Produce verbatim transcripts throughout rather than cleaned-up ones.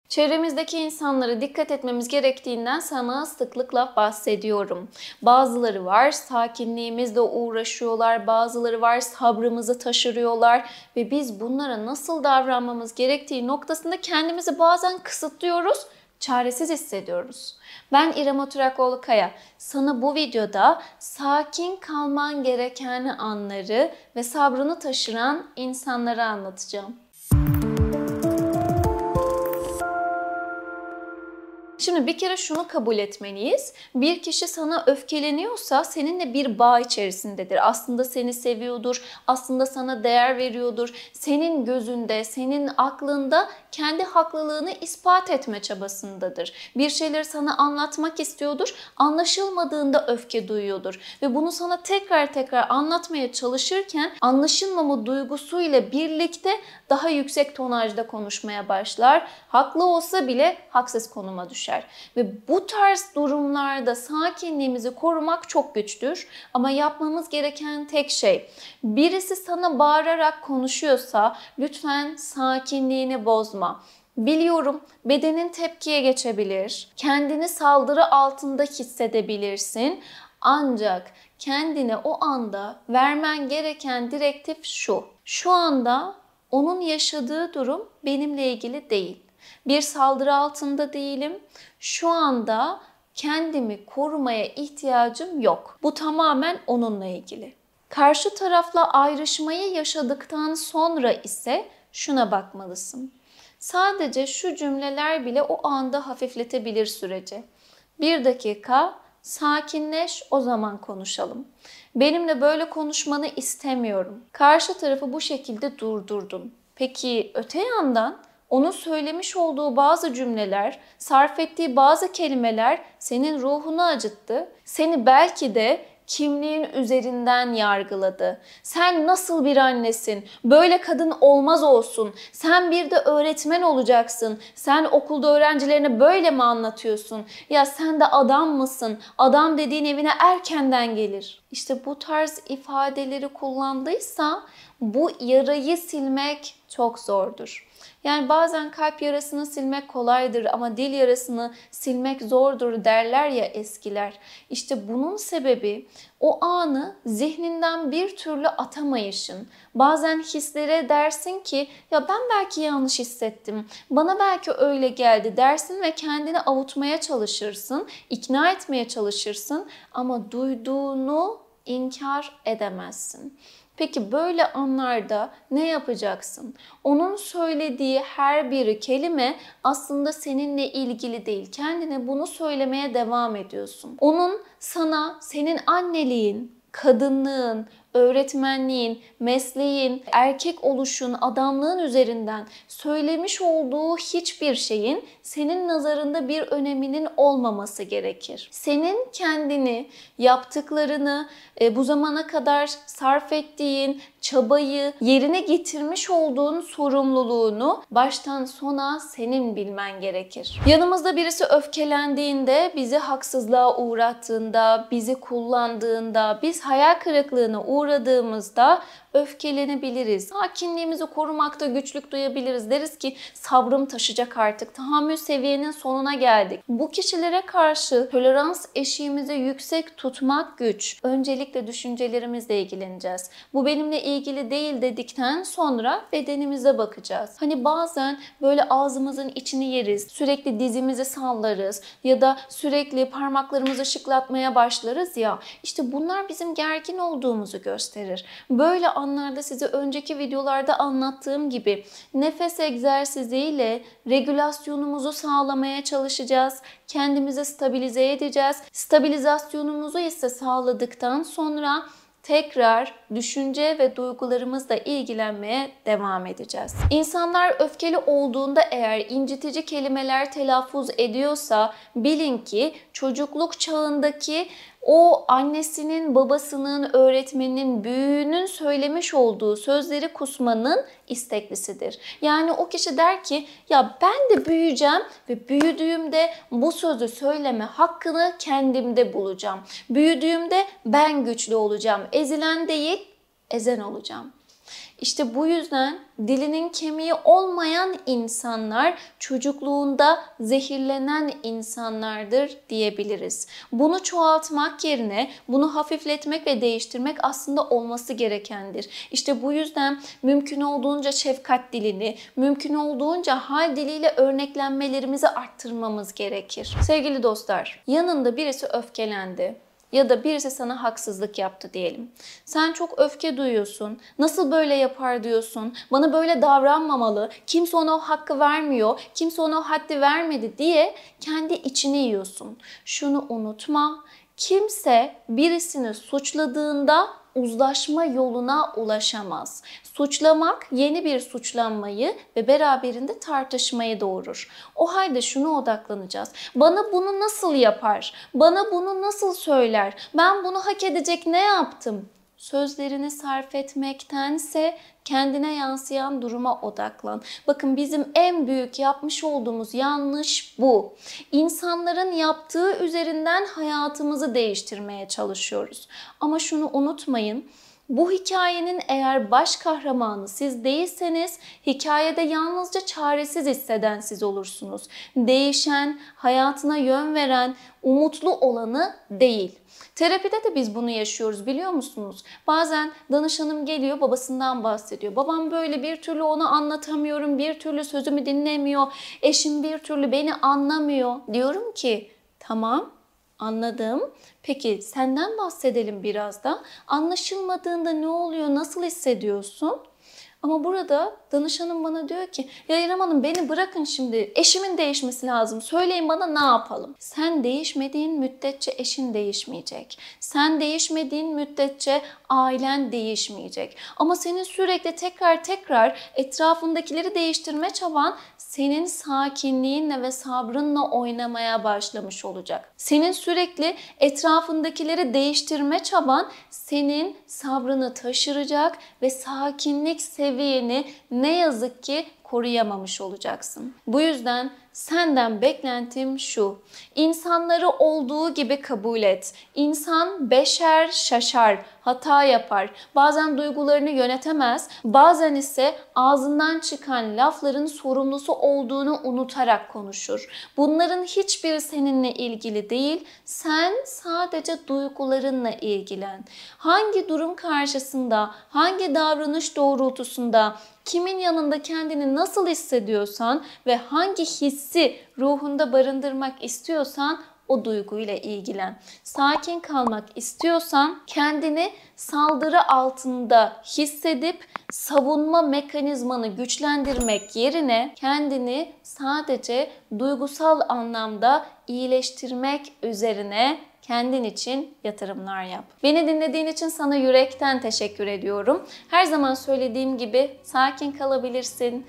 Çevremizdeki insanlara dikkat etmemiz gerektiğinden sana sıklıkla bahsediyorum. Bazıları var sakinliğimizle uğraşıyorlar, bazıları var sabrımızı taşırıyorlar ve biz bunlara nasıl davranmamız gerektiği noktasında kendimizi bazen kısıtlıyoruz, çaresiz hissediyoruz. Ben İrem Oturakoğlu Kaya. Sana bu videoda sakin kalman gereken anları ve sabrını taşıran insanları anlatacağım. Şimdi bir kere şunu kabul etmeliyiz. Bir kişi sana öfkeleniyorsa seninle bir bağ içerisindedir. Aslında seni seviyordur, aslında sana değer veriyordur. Senin gözünde, senin aklında kendi haklılığını ispat etme çabasındadır. Bir şeyleri sana anlatmak istiyordur, anlaşılmadığında öfke duyuyordur. Ve bunu sana tekrar tekrar anlatmaya çalışırken anlaşılmama duygusuyla birlikte daha yüksek tonajda konuşmaya başlar. Haklı olsa bile haksız konuma düşer. Ve bu tarz durumlarda sakinliğimizi korumak çok güçtür. Ama yapmamız gereken tek şey, birisi sana bağırarak konuşuyorsa lütfen sakinliğini bozma. Biliyorum bedenin tepkiye geçebilir, kendini saldırı altında hissedebilirsin. Ancak kendine o anda vermen gereken direktif şu. Şu anda onun yaşadığı durum benimle ilgili değil. Bir saldırı altında değilim. Şu anda kendimi korumaya ihtiyacım yok. Bu tamamen onunla ilgili. Karşı tarafla ayrışmayı yaşadıktan sonra ise şuna bakmalısın. Sadece şu cümleler bile o anda hafifletebilir süreci. Bir dakika, sakinleş, o zaman konuşalım. Benimle böyle konuşmanı istemiyorum. Karşı tarafı bu şekilde durdurdun. Peki öte yandan onun söylemiş olduğu bazı cümleler, sarf ettiği bazı kelimeler senin ruhunu acıttı. Seni belki de kimliğin üzerinden yargıladı. Sen nasıl bir annesin? Böyle kadın olmaz olsun. Sen bir de öğretmen olacaksın. Sen okulda öğrencilerine böyle mi anlatıyorsun? Ya sen de adam mısın? Adam dediğin evine erkenden gelir. İşte bu tarz ifadeleri kullandıysa bu yarayı silmek çok zordur. Yani bazen kalp yarasını silmek kolaydır ama dil yarasını silmek zordur derler ya eskiler. İşte bunun sebebi o anı zihninden bir türlü atamayışın. Bazen hislere dersin ki ya ben belki yanlış hissettim, bana belki öyle geldi dersin ve kendini avutmaya çalışırsın, ikna etmeye çalışırsın ama duyduğunu inkar edemezsin. Peki böyle anlarda ne yapacaksın? Onun söylediği her bir kelime aslında seninle ilgili değil. Kendine bunu söylemeye devam ediyorsun. Onun sana senin anneliğin, kadınlığın, öğretmenliğin, mesleğin, erkek oluşun, adamlığın üzerinden söylemiş olduğu hiçbir şeyin senin nazarında bir öneminin olmaması gerekir. Senin kendini, yaptıklarını, bu zamana kadar sarf ettiğin çabayı, yerine getirmiş olduğun sorumluluğunu baştan sona senin bilmen gerekir. Yanımızda birisi öfkelendiğinde, bizi haksızlığa uğrattığında, bizi kullandığında, biz hayal kırıklığına uğradığımızda öfkelenebiliriz. Sakinliğimizi korumakta güçlük duyabiliriz. Deriz ki sabrım taşacak artık. Tahammül seviyenin sonuna geldik. Bu kişilere karşı tolerans eşiğimizi yüksek tutmak güç. Öncelikle düşüncelerimizle ilgileneceğiz. Bu benimle ilgili değil dedikten sonra bedenimize bakacağız. Hani bazen böyle ağzımızın içini yeriz. Sürekli dizimizi sallarız ya da sürekli parmaklarımızı şıklatmaya başlarız ya. İşte bunlar bizim gergin olduğumuzu gösterir. Böyle anlarda size önceki videolarda anlattığım gibi nefes egzersiziyle regülasyonumuzu sağlamaya çalışacağız. Kendimizi stabilize edeceğiz. Stabilizasyonumuzu ise sağladıktan sonra tekrar düşünce ve duygularımızla ilgilenmeye devam edeceğiz. İnsanlar öfkeli olduğunda eğer incitici kelimeler telaffuz ediyorsa bilin ki çocukluk çağındaki o annesinin, babasının, öğretmeninin, büyüğünün söylemiş olduğu sözleri kusmanın isteklisidir. Yani o kişi der ki ya ben de büyüyeceğim ve büyüdüğümde bu sözü söyleme hakkını kendimde bulacağım. Büyüdüğümde ben güçlü olacağım. Ezilen değil, ezen olacağım. İşte bu yüzden dilinin kemiği olmayan insanlar çocukluğunda zehirlenen insanlardır diyebiliriz. Bunu çoğaltmak yerine bunu hafifletmek ve değiştirmek aslında olması gerekendir. İşte bu yüzden mümkün olduğunca şefkat dilini, mümkün olduğunca hal diliyle örneklenmelerimizi arttırmamız gerekir. Sevgili dostlar, yanında birisi öfkelendi ya da birisi sana haksızlık yaptı diyelim. Sen çok öfke duyuyorsun. Nasıl böyle yapar diyorsun. Bana böyle davranmamalı. Kimse ona o hakkı vermiyor. Kimse ona o haddi vermedi diye kendi içini yiyorsun. Şunu unutma. Kimse birisini suçladığında uzlaşma yoluna ulaşamaz. Suçlamak yeni bir suçlanmayı ve beraberinde tartışmayı doğurur. O halde şuna odaklanacağız. Bana bunu nasıl yapar? Bana bunu nasıl söyler? Ben bunu hak edecek ne yaptım? Sözlerini sarf etmektense kendine yansıyan duruma odaklan. Bakın bizim en büyük yapmış olduğumuz yanlış bu. İnsanların yaptığı üzerinden hayatımızı değiştirmeye çalışıyoruz. Ama şunu unutmayın. Bu hikayenin eğer baş kahramanı siz değilseniz hikayede yalnızca çaresiz hisseden siz olursunuz. Değişen, hayatına yön veren, umutlu olanı değil. Terapide de biz bunu yaşıyoruz biliyor musunuz? Bazen danışanım geliyor babasından bahsediyor. Babam böyle bir türlü ona anlatamıyorum, bir türlü sözümü dinlemiyor, eşim bir türlü beni anlamıyor. Diyorum ki tamam anladım. Peki senden bahsedelim biraz da. Anlaşılmadığında ne oluyor, nasıl hissediyorsun? Ama burada danışanım bana diyor ki ya İrem Hanım beni bırakın şimdi eşimin değişmesi lazım söyleyin bana ne yapalım? Sen değişmediğin müddetçe eşin değişmeyecek. Sen değişmediğin müddetçe ailen değişmeyecek. Ama senin sürekli tekrar tekrar etrafındakileri değiştirme çaban senin sakinliğinle ve sabrınla oynamaya başlamış olacak. Senin sürekli etrafındakileri değiştirme çaban senin sabrını taşıracak ve sakinlik seviyeni ne yazık ki koruyamamış olacaksın. Bu yüzden senden beklentim şu. İnsanları olduğu gibi kabul et. İnsan beşer şaşar, hata yapar. Bazen duygularını yönetemez, bazen ise ağzından çıkan lafların sorumlusu olduğunu unutarak konuşur. Bunların hiçbiri seninle ilgili değil. Sen sadece duygularınla ilgilen. Hangi durum karşısında, hangi davranış doğrultusunda, kimin yanında kendini nasıl hissediyorsan ve hangi hissi ruhunda barındırmak istiyorsan o duyguyla ilgilen. Sakin kalmak istiyorsan kendini saldırı altında hissedip savunma mekanizmanı güçlendirmek yerine kendini sadece duygusal anlamda iyileştirmek üzerine kendin için yatırımlar yap. Beni dinlediğin için sana yürekten teşekkür ediyorum. Her zaman söylediğim gibi sakin kalabilirsin,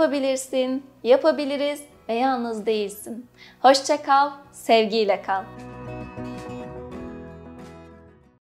yapabilirsin, yapabiliriz ve yalnız değilsin. Hoşça kal, sevgiyle kal.